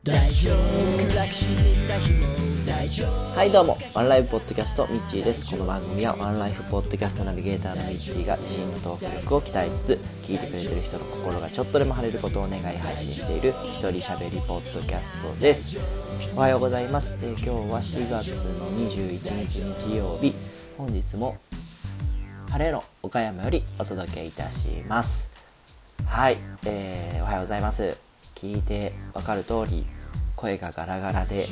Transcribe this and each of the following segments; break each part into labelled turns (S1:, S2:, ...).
S1: はいどうも、ワンライフポッドキャストミッチーです。この番組はワンライフポッドキャストナビゲーターのミッチーが自身のトーク力を鍛えつつ、聞いてくれてる人の心がちょっとでも晴れることを願い配信している一人喋りポッドキャストです。おはようございます。今日は4月の21日日曜日、本日も晴れの岡山よりお届けいたします。はい、おはようございます。聞いてわかる通り声がガラガラで、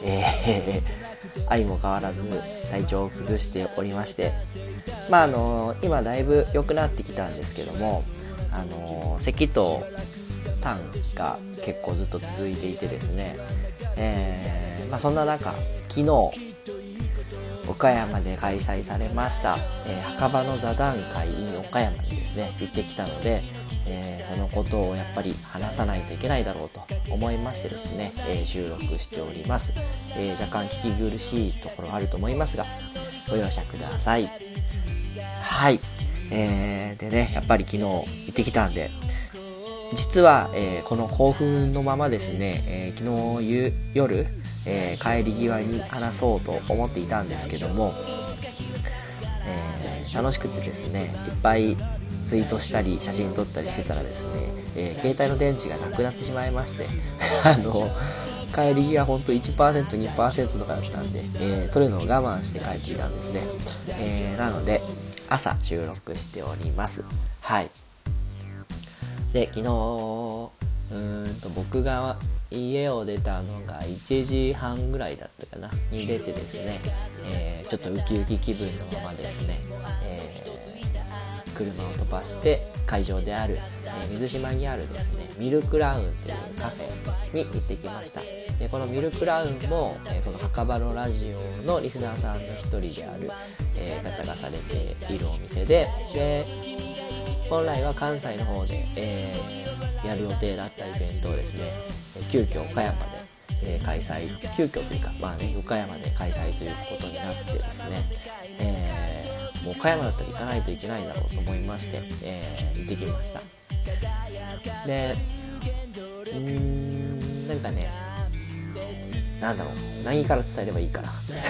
S1: 相も変わらず体調を崩しておりまして、今だいぶ良くなってきたんですけども、咳と痰が結構ずっと続いていてですね、そんな中昨日岡山で開催されました、墓場の座談会 in 岡山にですね行ってきたので、そのことをやっぱり話さないといけないだろうと思いましてですね、収録しております。若干聞き苦しいところあると思いますがご容赦ください。はい、でね、やっぱり昨日行ってきたんで、実は、この興奮のままですね、昨日夜、帰り際に話そうと思っていたんですけども、楽しくてですね、いっぱいツイートしたり写真撮ったりしてたらですね、携帯の電池がなくなってしまいまして帰り際ほんと 1%、2% とかだったんで、撮るのを我慢して帰っていたんですね。なので朝収録しております。はい。で、昨日僕が家を出たのが1時半ぐらいだったかなに出てですね、ちょっとウキウキ気分のままですね、車を飛ばして会場である、水島にあるですねミルクラウンというカフェに行ってきました。でこのミルクラウンも、その墓場のラジオのリスナーさんの一人である、方がされているお店で、本来は関西の方で、やる予定だったイベントをですね、急遽岡山で、開催、急遽というか岡山で開催ということになってですね、もう岡山だったら行かないといけないだろうと思いまして、行ってきました。で、なんかね、何から伝えればいいかな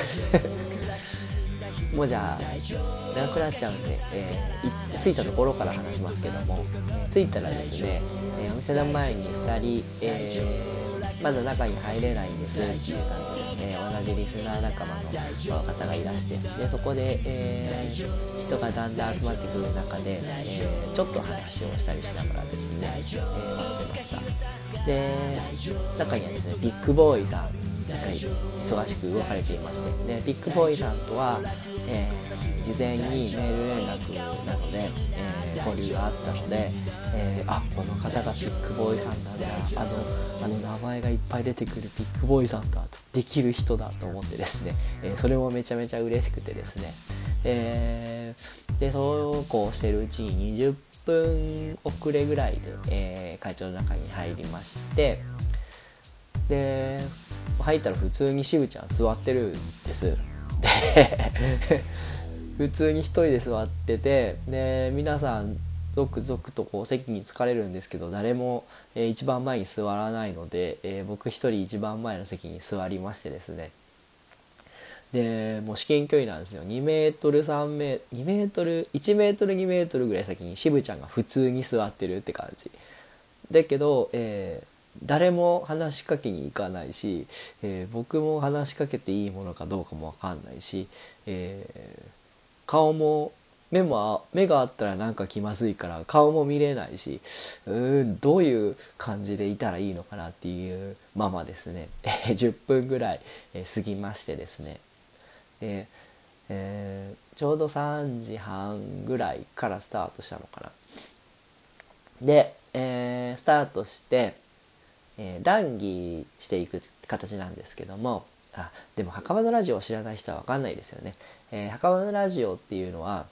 S1: もうじゃあ長くなっちゃうんで、着いたところから話しますけども、着いたらですね、お店の前に2人、まだ中に入れないんですっていう感じで、同じリスナー仲間の方がいらして、でそこで、人がだんだん集まってくる中で、ちょっと話をしたりしながらですね、待ってました。で中にはですねビッグボーイさんが忙しく動かれていまして、でビッグボーイさんとは、事前にメール連絡などで、交流があったので、この方がビッグボーイさんなんだ、あの名前がいっぱい出てくるビッグボーイさんだと、できる人だと思ってですね、それもめちゃめちゃ嬉しくてですね、でそうこうしてるうちに20分遅れぐらいで、会長の中に入りまして、で入ったら普通にしぶちゃん座ってるんです。で普通に一人で座ってて、で皆さん続々とこう席に着かれるんですけど、誰も、一番前に座らないので、僕一人一番前の席に座りましてですね、でもう至近距離なんですよ。2メートル3メ2メートル1メートル2メートルぐらい先にしぶちゃんが普通に座ってるって感じだけど、誰も話しかけに行かないし、僕も話しかけていいものかどうかも分かんないし、顔も目があったらなんか気まずいから顔も見れないし、どういう感じでいたらいいのかなっていうままですね10分ぐらい過ぎましてですね、で、ちょうど3時半ぐらいからスタートしたのかな。で、スタートして、談義していく形なんですけども、でも墓場のラジオを知らない人は分かんないですよね。墓場のラジオっていうのは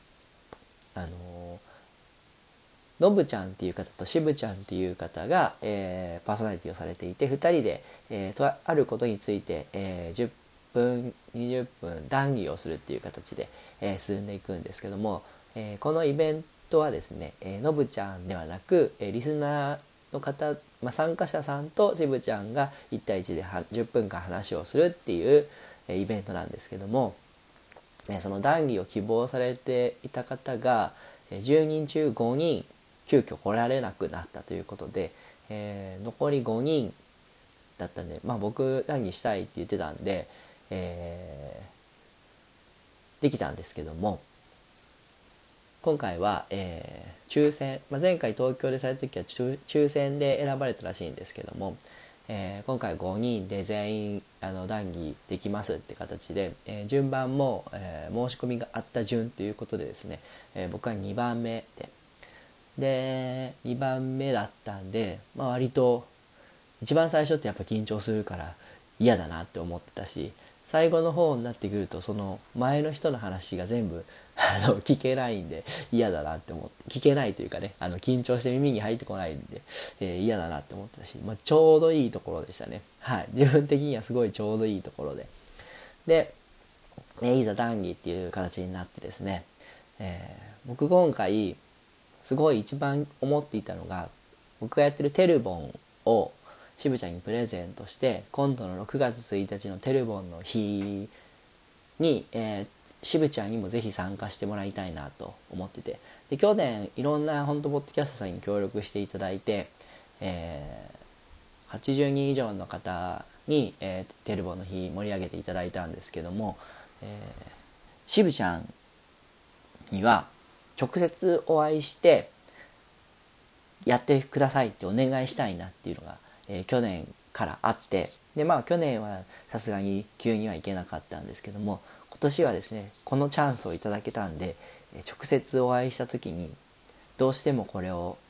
S1: のぶちゃんっていう方としぶちゃんっていう方が、パーソナリティをされていて、2人で、とあることについて、10分20分談義をするっていう形で、進んでいくんですけども、このイベントはですね、のぶちゃんではなく、リスナーの方、参加者さんと渋ちゃんが1対1で10分間話をするっていうイベントなんですけども、その談義を希望されていた方が10人中5人急遽来られなくなったということで、残り5人だったんで、僕談義したいって言ってたんで、できたんですけども、今回は、抽選、前回東京でされた時は抽選で選ばれたらしいんですけども、今回5人で全員談義できますって形で、順番も、申し込みがあった順ということでですね、僕は2番目で2番目だったんで、割と一番最初ってやっぱ緊張するから嫌だなって思ってたし、最後の方になってくるとその前の人の話が全部聞けないんで嫌だなって思って、聞けないというかね、緊張して耳に入ってこないんで、嫌だなって思ったし、ちょうどいいところでしたね。はい、自分的にはすごいちょうどいいところで、いざ談義っていう形になってですね、僕今回すごい一番思っていたのが、僕がやってるテルボンを渋ちゃんにプレゼントして、今度の6月1日のテルボンの日に、渋ちゃんにもぜひ参加してもらいたいなと思ってて、で去年いろんなポッドキャストさんに協力していただいて、80人以上の方に、テルボンの日盛り上げていただいたんですけども、渋ちゃんには直接お会いしてやってくださいってお願いしたいなっていうのが、去年からあって、で去年はさすがに急には行けなかったんですけども、今年はですねこのチャンスをいただけたんで、直接お会いした時にどうしてもこれを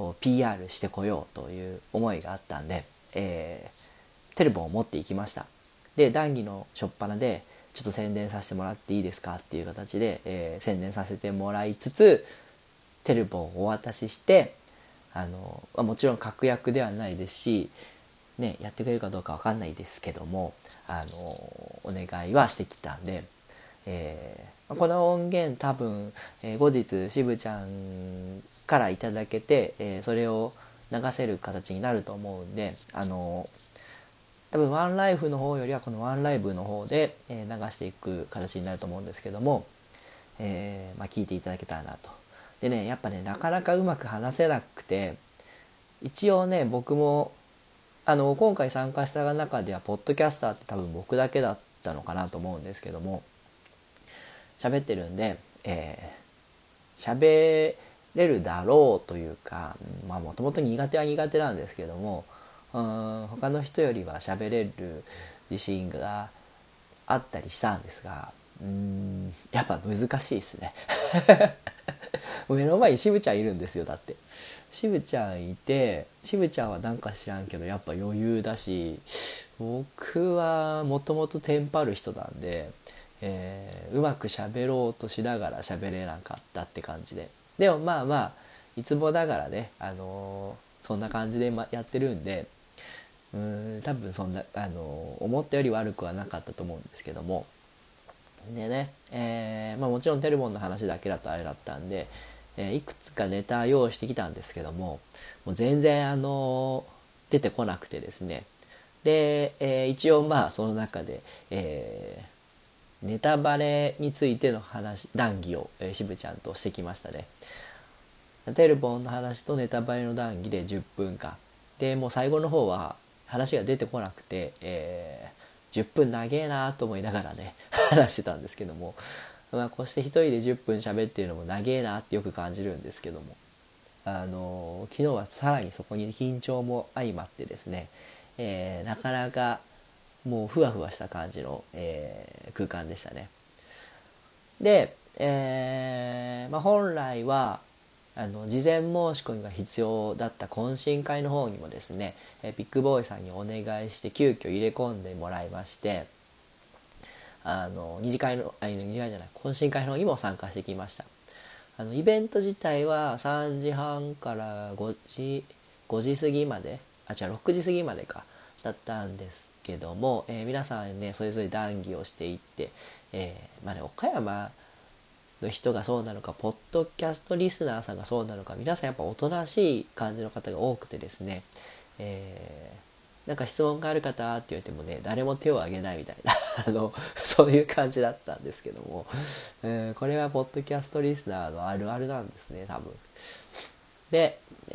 S1: PR してこようという思いがあったんで、テルボンを持っていきました。で談義の初っ端でちょっと宣伝させてもらっていいですかっていう形で、宣伝させてもらいつつテルボンをお渡しして、もちろん確約ではないですし、やってくれるかどうか分かんないですけども、お願いはしてきたんで、この音源多分、後日渋ちゃんからいただけて、それを流せる形になると思うんで、多分ワンライフの方よりはこのワンライブの方で、流していく形になると思うんですけども、聞いていただけたらなと。でね、やっぱねなかなかうまく話せなくて、一応ね僕も今回参加した中ではポッドキャスターって多分僕だけだったのかなと思うんですけども、喋ってるんで喋れるだろうというか、もともと苦手は苦手なんですけども、他の人よりは喋れる自信があったりしたんですが、やっぱ難しいですね目の前に渋ちゃんいるんですよ。だって渋ちゃんいて、渋ちゃんはなんか知らんけどやっぱ余裕だし、僕はもともとテンパる人なんで、うまく喋ろうとしながら喋れなかったって感じで、でもいつもながらね、そんな感じでやってるんで、多分そんな思ったより悪くはなかったと思うんですけども、でね、もちろんテルボンの話だけだとあれだったんで、いくつかネタ用意してきたんですけども、もう全然出てこなくてですね、で、一応その中で、ネタバレについての談義を、渋ちゃんとしてきましたね。テルボンの話とネタバレの談義で10分間で、もう最後の方は話が出てこなくて、10分長えなと思いながらね話してたんですけども、こうして一人で10分喋ってるのも長えなってよく感じるんですけども、昨日はさらにそこに緊張も相まってですね、なかなかもうふわふわした感じの、空間でしたね。で、本来は事前申し込みが必要だった懇親会の方にもですね、ビッグボーイさんにお願いして急遽入れ込んでもらいまして、懇親会の方にも参加してきました。イベント自体は3時半から5時過ぎまで、6時過ぎまでかだったんですけども、皆さんねそれぞれ談義をしていって、岡山の人がそうなのか、ポッドキャストリスナーさんがそうなのか、皆さんやっぱおとなしい感じの方が多くてですね、なんか質問がある方って言ってもね、誰も手を挙げないみたいなそういう感じだったんですけども、これはポッドキャストリスナーのあるあるなんですね、多分。で、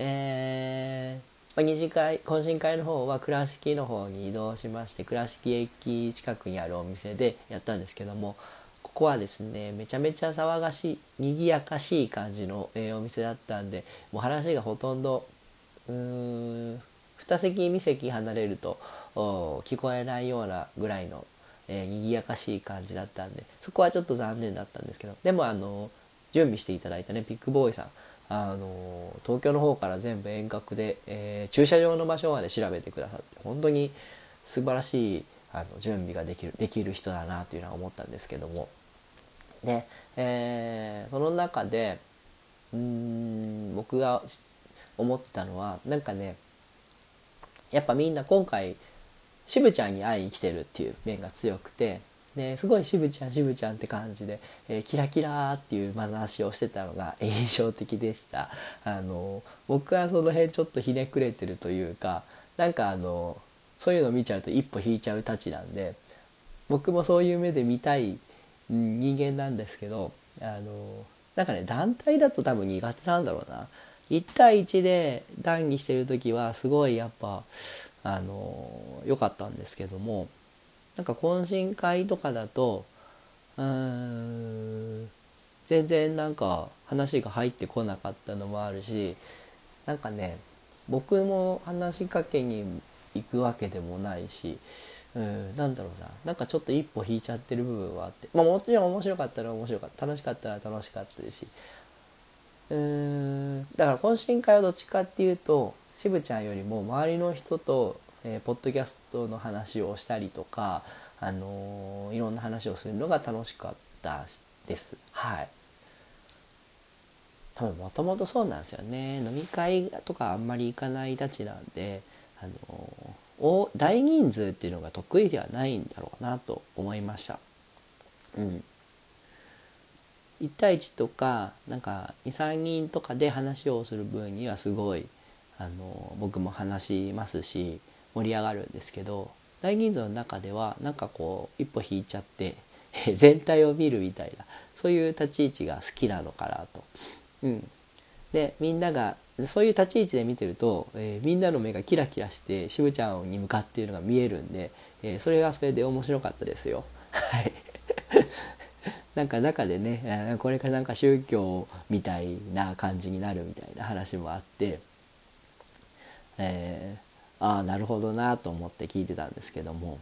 S1: 二次会、懇親会の方は倉敷の方に移動しまして、倉敷駅近くにあるお店でやったんですけども、ここはですね、めちゃめちゃ騒がしい、賑やかしい感じの、お店だったんで、もう話がほとんど2席2席離れると聞こえないようなぐらいの、賑やかしい感じだったんで、そこはちょっと残念だったんですけど、でも準備していただいたねピックボーイさん、東京の方から全部遠隔で、駐車場の場所まで調べてくださって、本当に素晴らしい準備ができる人だなというのは思ったんですけども、で、その中で僕が思ったのは、なんかね、やっぱみんな今回渋ちゃんに会いに来てるっていう面が強くて、ですごい渋ちゃんって感じで、キラキラーっていう眼差しをしてたのが印象的でした。僕はその辺ちょっとひねくれてるというか、なんかそういうの見ちゃうと一歩引いちゃうたちなんで、僕もそういう目で見たい人間なんですけど、なんかね、団体だと多分苦手なんだろうな。1対1で談義してる時はすごいやっぱ良かったんですけども、なんか懇親会とかだと全然なんか話が入ってこなかったのもあるし、なんかね、僕も話しかけに行くわけでもないし、なんだろうな、なんかちょっと一歩引いちゃってる部分はあって、もちろん面白かったら面白かった、楽しかったら楽しかったですし、だから懇親会はどっちかっていうと渋ちゃんよりも周りの人と、ポッドキャストの話をしたりとか、いろんな話をするのが楽しかったです。はい。多分もともとそうなんですよね。飲み会とかあんまり行かないたちなんで、大人数っていうのが得意ではないんだろうなと思いました。1対1とかなんか 2,3 人とかで話をする分にはすごい僕も話しますし盛り上がるんですけど、大人数の中ではなんかこう一歩引いちゃって全体を見るみたいな、そういう立ち位置が好きなのかなと。でみんながそういう立ち位置で見てると、みんなの目がキラキラして渋ちゃんに向かっているのが見えるんで、それがそれで面白かったですよ。はいなんか中でね、これからなんか宗教みたいな感じになるみたいな話もあって、ああなるほどなと思って聞いてたんですけども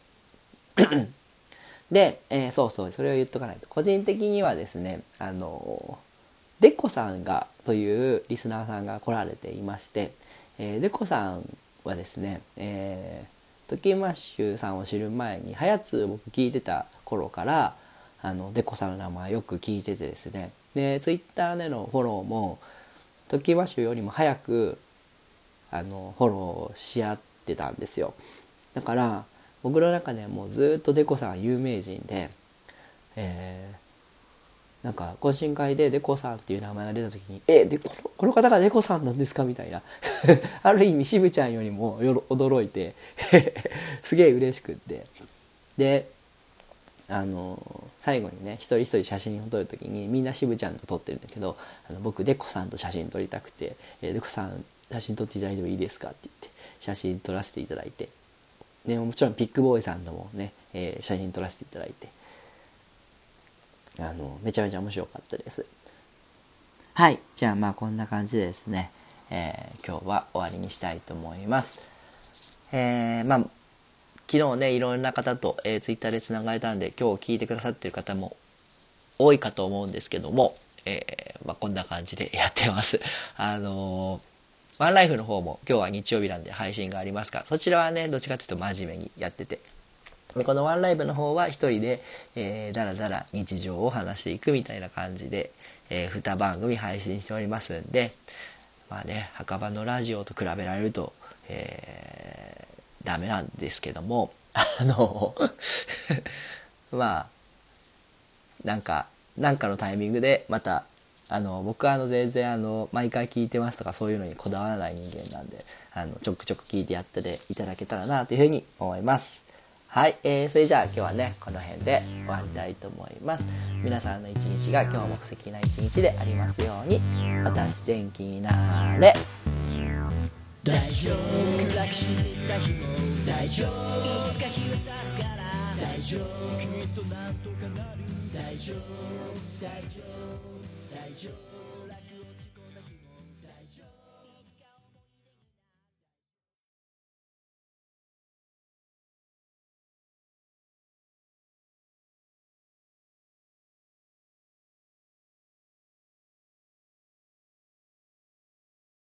S1: で、そうそれを言っとかないと、個人的にはですね、デコさんがというリスナーさんが来られていまして、デコさんはですね、トキマッシュさんを知る前にハヤツ僕聞いてた頃からデコさんの名前よく聞いててですね、でツイッターでのフォローもトキマッシュよりも早くフォローし合ってたんですよ。だから僕の中でもうずっとデコさん有名人で、なんか懇親会でデコさんっていう名前が出た時にでこの方がデコさんなんですかみたいなある意味渋ちゃんよりも驚いてすげえ嬉しくって、で最後にね一人一人写真を撮る時にみんな渋ちゃんと撮ってるんだけど、僕デコさんと写真撮りたくて、デコさん写真撮っていただいてもいいですかって言って写真撮らせていただいて、でもちろんピックボーイさんともね、写真撮らせていただいて、めちゃめちゃ面白かったです。はい、じゃあまあこんな感じでですね、今日は終わりにしたいと思います。昨日ねいろんな方と、ツイッターでつながれたんで今日聞いてくださってる方も多いかと思うんですけども、こんな感じでやってます。ワンライフの方も今日は日曜日なんで配信がありますが、そちらはねどっちかというと真面目にやってて、このワンライブの方は一人で、だらだら日常を話していくみたいな感じで、2番組配信しておりますんで、まあね墓場のラジオと比べられると、ダメなんですけどもまあなんかなんかのタイミングでまた僕は全然毎回聞いてますとかそういうのにこだわらない人間なんでちょくちょく聞いてやっていただけたらなというふうに思います。はい、それじゃあ今日はねこの辺で終わりたいと思います。皆さんの一日が今日も素敵な一日でありますように。私元気になれ。大丈夫、暗く沈んだ日も大丈夫、いつか日は差すから大丈夫、きっとなんとかなる大丈夫、大丈夫、大丈夫。